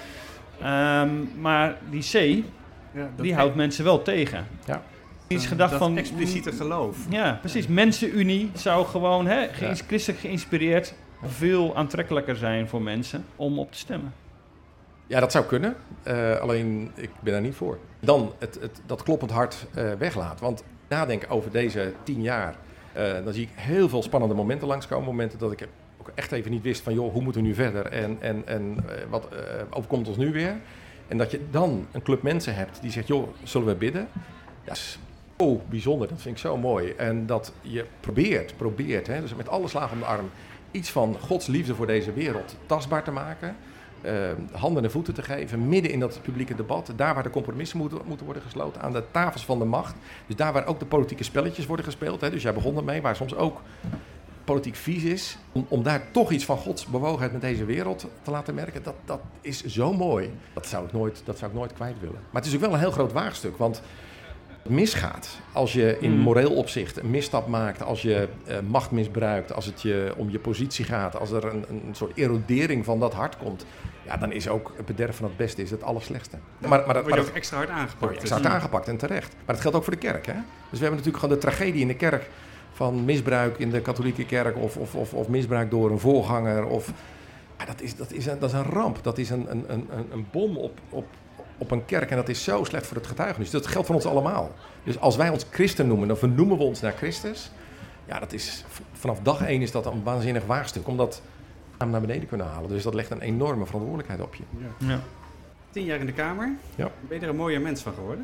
Maar die C, die houdt mensen wel tegen. Ja. Iets gedacht dat van expliciete geloof. Ja, precies. Mensenunie zou gewoon christelijk geïnspireerd veel aantrekkelijker zijn voor mensen om op te stemmen. Ja, dat zou kunnen. Alleen, ik ben daar niet voor. Dan dat kloppend hart weglaat. Want nadenken over deze 10 jaar... dan zie ik heel veel spannende momenten langskomen. Momenten dat ik ook echt even niet wist van... joh, hoe moeten we nu verder? En wat overkomt ons nu weer? En dat je dan een club mensen hebt die zegt... joh, zullen we bidden? Ja, zo bijzonder. Dat vind ik zo mooi. En dat je probeert hè, dus met alle slagen om de arm... iets van Gods liefde voor deze wereld tastbaar te maken... handen en voeten te geven, midden in dat publieke debat. Daar waar de compromissen moeten worden gesloten, aan de tafels van de macht. Dus daar waar ook de politieke spelletjes worden gespeeld. Hè. Dus jij begon ermee, waar soms ook politiek vies is. Om daar toch iets van Gods bewogenheid met deze wereld te laten merken. Dat is zo mooi. Dat zou ik nooit kwijt willen. Maar het is ook wel een heel groot waagstuk, want... het misgaat als je in moreel opzicht een misstap maakt, als je macht misbruikt, als het je om je positie gaat, als er een soort erodering van dat hart komt, ja, dan is ook het bederf van het beste is het allerslechtste. Maar dat wordt ook extra hard aangepakt. Extra hard aangepakt en terecht. Maar dat geldt ook voor de kerk. Hè? Dus we hebben natuurlijk gewoon de tragedie in de kerk van misbruik in de katholieke kerk of misbruik door een voorganger. Ja, dat is een ramp. Dat is een bom op een kerk en dat is zo slecht voor het getuigenis. Dat geldt voor ons allemaal. Dus als wij ons christen noemen, dan vernoemen we ons naar Christus. Ja, dat is, vanaf dag 1 is dat een waanzinnig waagstuk. Omdat we hem naar beneden kunnen halen. Dus dat legt een enorme verantwoordelijkheid op je. Ja. 10 jaar in de Kamer. Ja. Ben je er een mooier mens van geworden?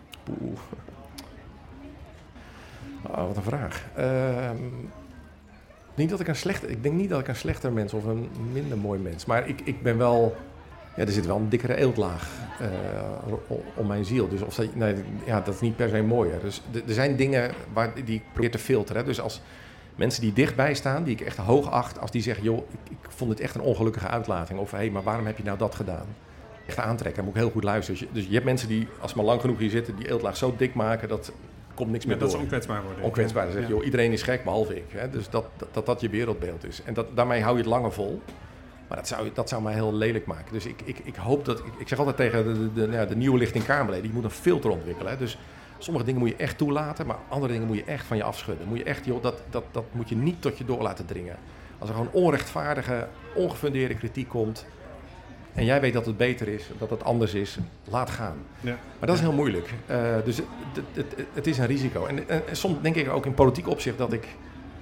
Wat een vraag. Ik denk niet dat ik een slechter mens of een minder mooi mens. Maar ik ben wel... Ja, er zit wel een dikkere eeltlaag om mijn ziel. Dus dat is niet per se mooier. Dus er zijn dingen die ik probeer te filteren. Hè. Dus als mensen die dichtbij staan, die ik echt hoog acht... als die zeggen, joh, ik vond het echt een ongelukkige uitlating. Of, hé, maar waarom heb je nou dat gedaan? Echt aantrekken, dan moet ik heel goed luisteren. Dus je hebt mensen die, als ze maar lang genoeg hier zitten... die eeltlaag zo dik maken, dat komt niks meer door. Dat ze onkwetsbaar worden. Onkwetsbaar. Dan zeg je, joh, iedereen is gek, behalve ik. Hè. Dus dat je wereldbeeld is. En daarmee hou je het langer vol... Maar dat zou mij heel lelijk maken. Dus ik hoop dat... Ik zeg altijd tegen de nieuwe lichting Kamerleden... je moet een filter ontwikkelen. Hè. Dus sommige dingen moet je echt toelaten... maar andere dingen moet je echt van je afschudden. Moet je echt, joh, dat moet je niet tot je door laten dringen. Als er gewoon onrechtvaardige, ongefundeerde kritiek komt... en jij weet dat het beter is, dat het anders is... laat gaan. Ja. Maar dat is heel moeilijk. Dus het is een risico. En soms denk ik ook in politiek opzicht dat ik...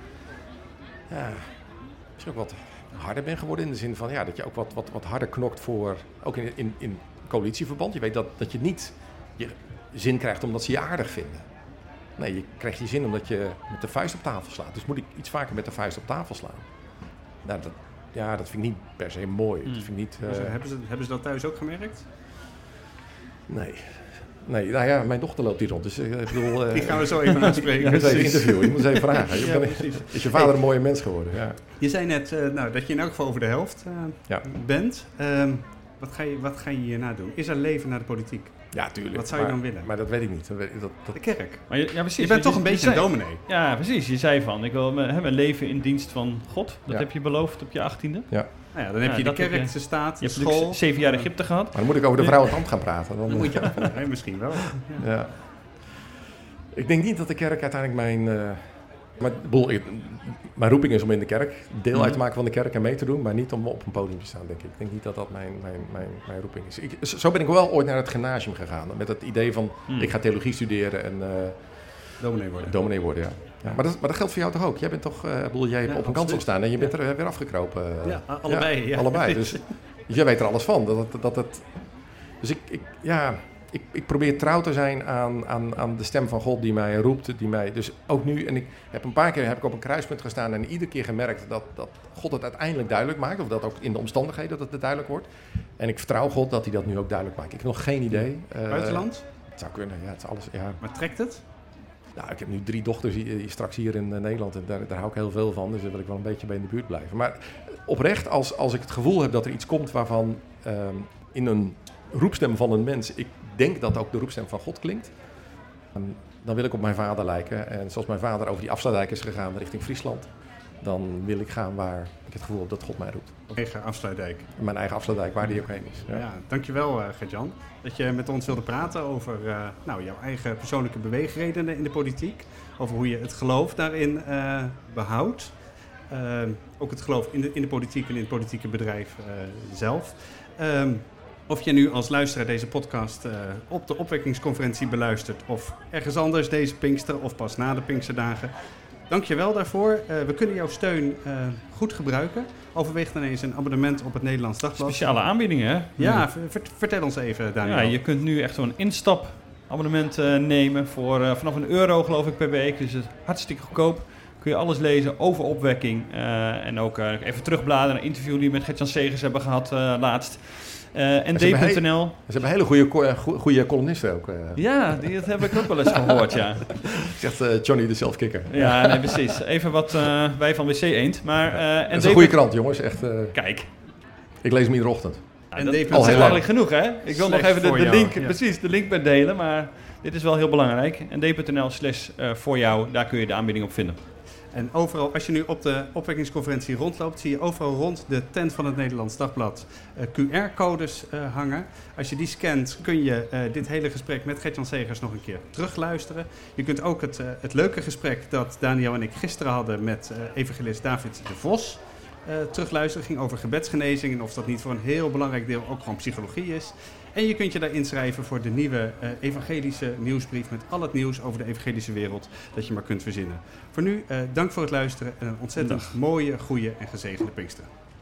misschien ook wat... harder ben geworden in de zin van dat je ook wat harder knokt voor, ook in coalitieverband. Je weet dat je niet je zin krijgt omdat ze je aardig vinden. Nee, je krijgt je zin omdat je met de vuist op tafel slaat. Dus moet ik iets vaker met de vuist op tafel slaan. Nou, dat vind ik niet per se mooi. Dat vind ik niet, hebben ze dat thuis ook gemerkt? Nee, nou ja, mijn dochter loopt hier rond, dus ik bedoel... Die gaan we zo even aanspreken. Je moet even interviewen, je moet eens even vragen. Is je vader een mooie mens geworden? Ja. Je zei net dat je in elk geval over de helft bent. Wat ga je hierna doen? Is er leven naar de politiek? Ja, tuurlijk. Wat zou je dan willen? Maar dat weet ik niet. De kerk. Maar precies. Je bent toch een beetje een dominee. Ja, precies. Je zei van, ik wil mijn leven in dienst van God. Dat heb je beloofd op je 18e. Ja. Nou ja, dan heb je de kerk, de staat, de school. Je hebt 7 jaar Egypte gehad. Maar dan moet ik over de vrouw en het ambt gaan praten. Dan moet je misschien wel. Ja. Ik denk niet dat de kerk uiteindelijk mijn roeping is om in de kerk deel uit te maken van de kerk en mee te doen, maar niet om op een podium te staan, denk ik. Ik denk niet dat dat mijn roeping is. Zo ben ik wel ooit naar het gymnasium gegaan, met het idee van ik ga theologie studeren en dominee worden, ja. Ja, maar dat geldt voor jou toch ook? Jij bent toch, jij hebt op een kansel gestaan en je bent er weer afgekropen. Allebei. Ja. Allebei. Dus jij weet er alles van. Dus ik probeer trouw te zijn aan de stem van God die mij roept. Dus ook nu, en ik heb een paar keer op een kruispunt gestaan en iedere keer gemerkt dat God het uiteindelijk duidelijk maakt. Of dat ook in de omstandigheden dat het duidelijk wordt. En ik vertrouw God dat hij dat nu ook duidelijk maakt. Ik heb nog geen idee. Buitenland? Het zou kunnen, ja. Het is alles, ja. Maar trekt het? Nou, ik heb nu 3 dochters straks hier in Nederland en daar hou ik heel veel van. Dus daar wil ik wel een beetje bij in de buurt blijven. Maar oprecht, als ik het gevoel heb dat er iets komt waarvan in een roepstem van een mens, ik denk dat ook de roepstem van God klinkt. Dan wil ik op mijn vader lijken. En zoals mijn vader over die afsluitdijk is gegaan richting Friesland, dan wil ik gaan waar ik het gevoel heb dat God mij roept. Eigen afsluitdijk. Mijn eigen afsluitdijk, waar die ook heen is. Ja, dankjewel Gert-Jan. Dat je met ons wilde praten over jouw eigen persoonlijke beweegredenen in de politiek. Over hoe je het geloof daarin behoudt. Ook het geloof in de politiek en in het politieke bedrijf zelf. Of je nu als luisteraar deze podcast op de opwekkingsconferentie beluistert of ergens anders deze Pinkster of pas na de Pinksterdagen. Dank je wel daarvoor. We kunnen jouw steun goed gebruiken. Overweeg dan eens een abonnement op het Nederlands Dagblad. Speciale aanbiedingen, hè? Ja, vertel ons even, Daniel. Ja, je kunt nu echt zo'n instapabonnement nemen voor vanaf €1 geloof ik per week. Dus het is hartstikke goedkoop. Kun je alles lezen over opwekking. En ook even terugbladeren naar een interview die we met Gert-Jan Segers hebben gehad laatst. ND.nl. Ze hebben hele goede columnisten ook. Ja, dat heb ik ook wel eens gehoord, ja. Zegt Johnny de Zelfkikker. Ja, nee, precies. Even wat wij van WC Eend. Maar, dat is een goede krant, jongens. Echt, Kijk. Ik lees hem iedere ochtend. Ja, dat is eigenlijk genoeg, hè? Ik wil nog even de link, precies, de link bij delen. Maar dit is wel heel belangrijk. ND.nl/voor jou, daar kun je de aanbieding op vinden. En overal, als je nu op de opwekkingsconferentie rondloopt, zie je overal rond de tent van het Nederlands Dagblad QR-codes hangen. Als je die scant, kun je dit hele gesprek met Gert-Jan Segers nog een keer terugluisteren. Je kunt ook het leuke gesprek dat Daniel en ik gisteren hadden met evangelist David de Vos terugluisteren. Het ging over gebedsgenezing en of dat niet voor een heel belangrijk deel ook gewoon psychologie is. En je kunt je daar inschrijven voor de nieuwe evangelische nieuwsbrief met al het nieuws over de evangelische wereld dat je maar kunt verzinnen. Voor nu, dank voor het luisteren en een ontzettend mooie, goede en gezegende Pinkster.